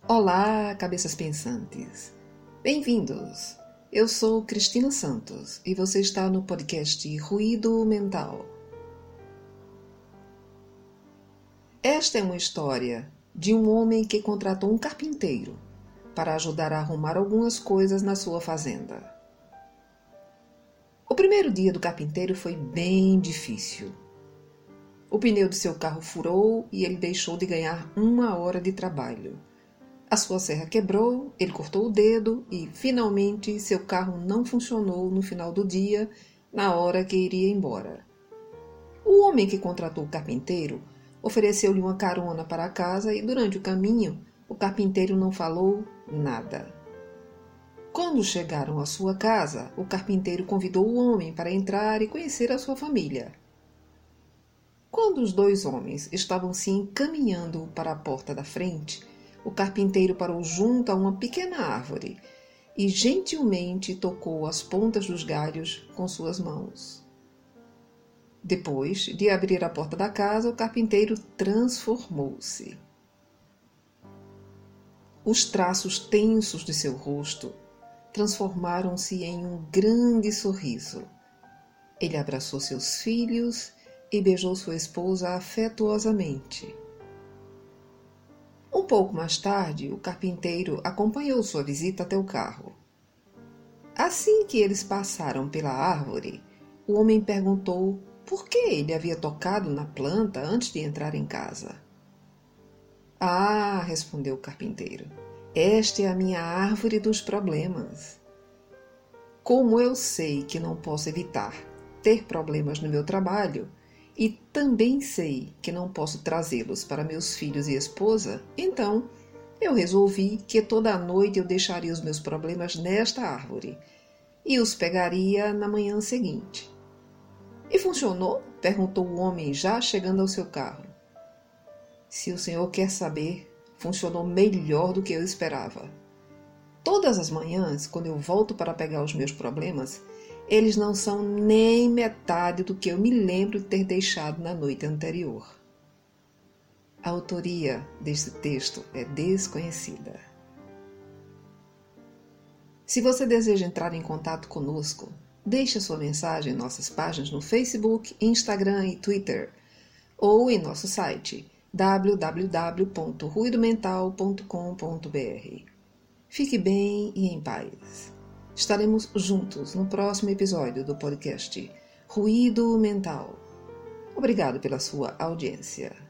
Olá, cabeças pensantes! Bem-vindos! Eu sou Cristina Santos e você está no podcast Ruído Mental. Esta é uma história de um homem que contratou um carpinteiro para ajudar a arrumar algumas coisas na sua fazenda. O primeiro dia do carpinteiro foi bem difícil. O pneu de seu carro furou e ele deixou de ganhar 1 hora de trabalho. A sua serra quebrou, ele cortou o dedo e, finalmente, seu carro não funcionou no final do dia, na hora que iria embora. O homem que contratou o carpinteiro ofereceu-lhe uma carona para casa e, durante o caminho, o carpinteiro não falou nada. Quando chegaram à sua casa, o carpinteiro convidou o homem para entrar e conhecer a sua família. Quando os dois homens estavam se encaminhando para a porta da frente, o carpinteiro parou junto a uma pequena árvore e gentilmente tocou as pontas dos galhos com suas mãos. Depois de abrir a porta da casa, o carpinteiro transformou-se. Os traços tensos de seu rosto transformaram-se em um grande sorriso. Ele abraçou seus filhos e beijou sua esposa afetuosamente. Um pouco mais tarde, o carpinteiro acompanhou sua visita até o carro. Assim que eles passaram pela árvore, o homem perguntou por que ele havia tocado na planta antes de entrar em casa. Ah, respondeu o carpinteiro, esta é a minha árvore dos problemas. Como eu sei que não posso evitar ter problemas no meu trabalho, e também sei que não posso trazê-los para meus filhos e esposa, então eu resolvi que toda a noite eu deixaria os meus problemas nesta árvore e os pegaria na manhã seguinte. E funcionou? Perguntou o homem, já chegando ao seu carro. Se o senhor quer saber, funcionou melhor do que eu esperava. Todas as manhãs, quando eu volto para pegar os meus problemas, eles não são nem metade do que eu me lembro de ter deixado na noite anterior. A autoria deste texto é desconhecida. Se você deseja entrar em contato conosco, deixe a sua mensagem em nossas páginas no Facebook, Instagram e Twitter, ou em nosso site www.ruidomental.com.br. Fique bem e em paz. Estaremos juntos no próximo episódio do podcast Ruído Mental. Obrigado pela sua audiência.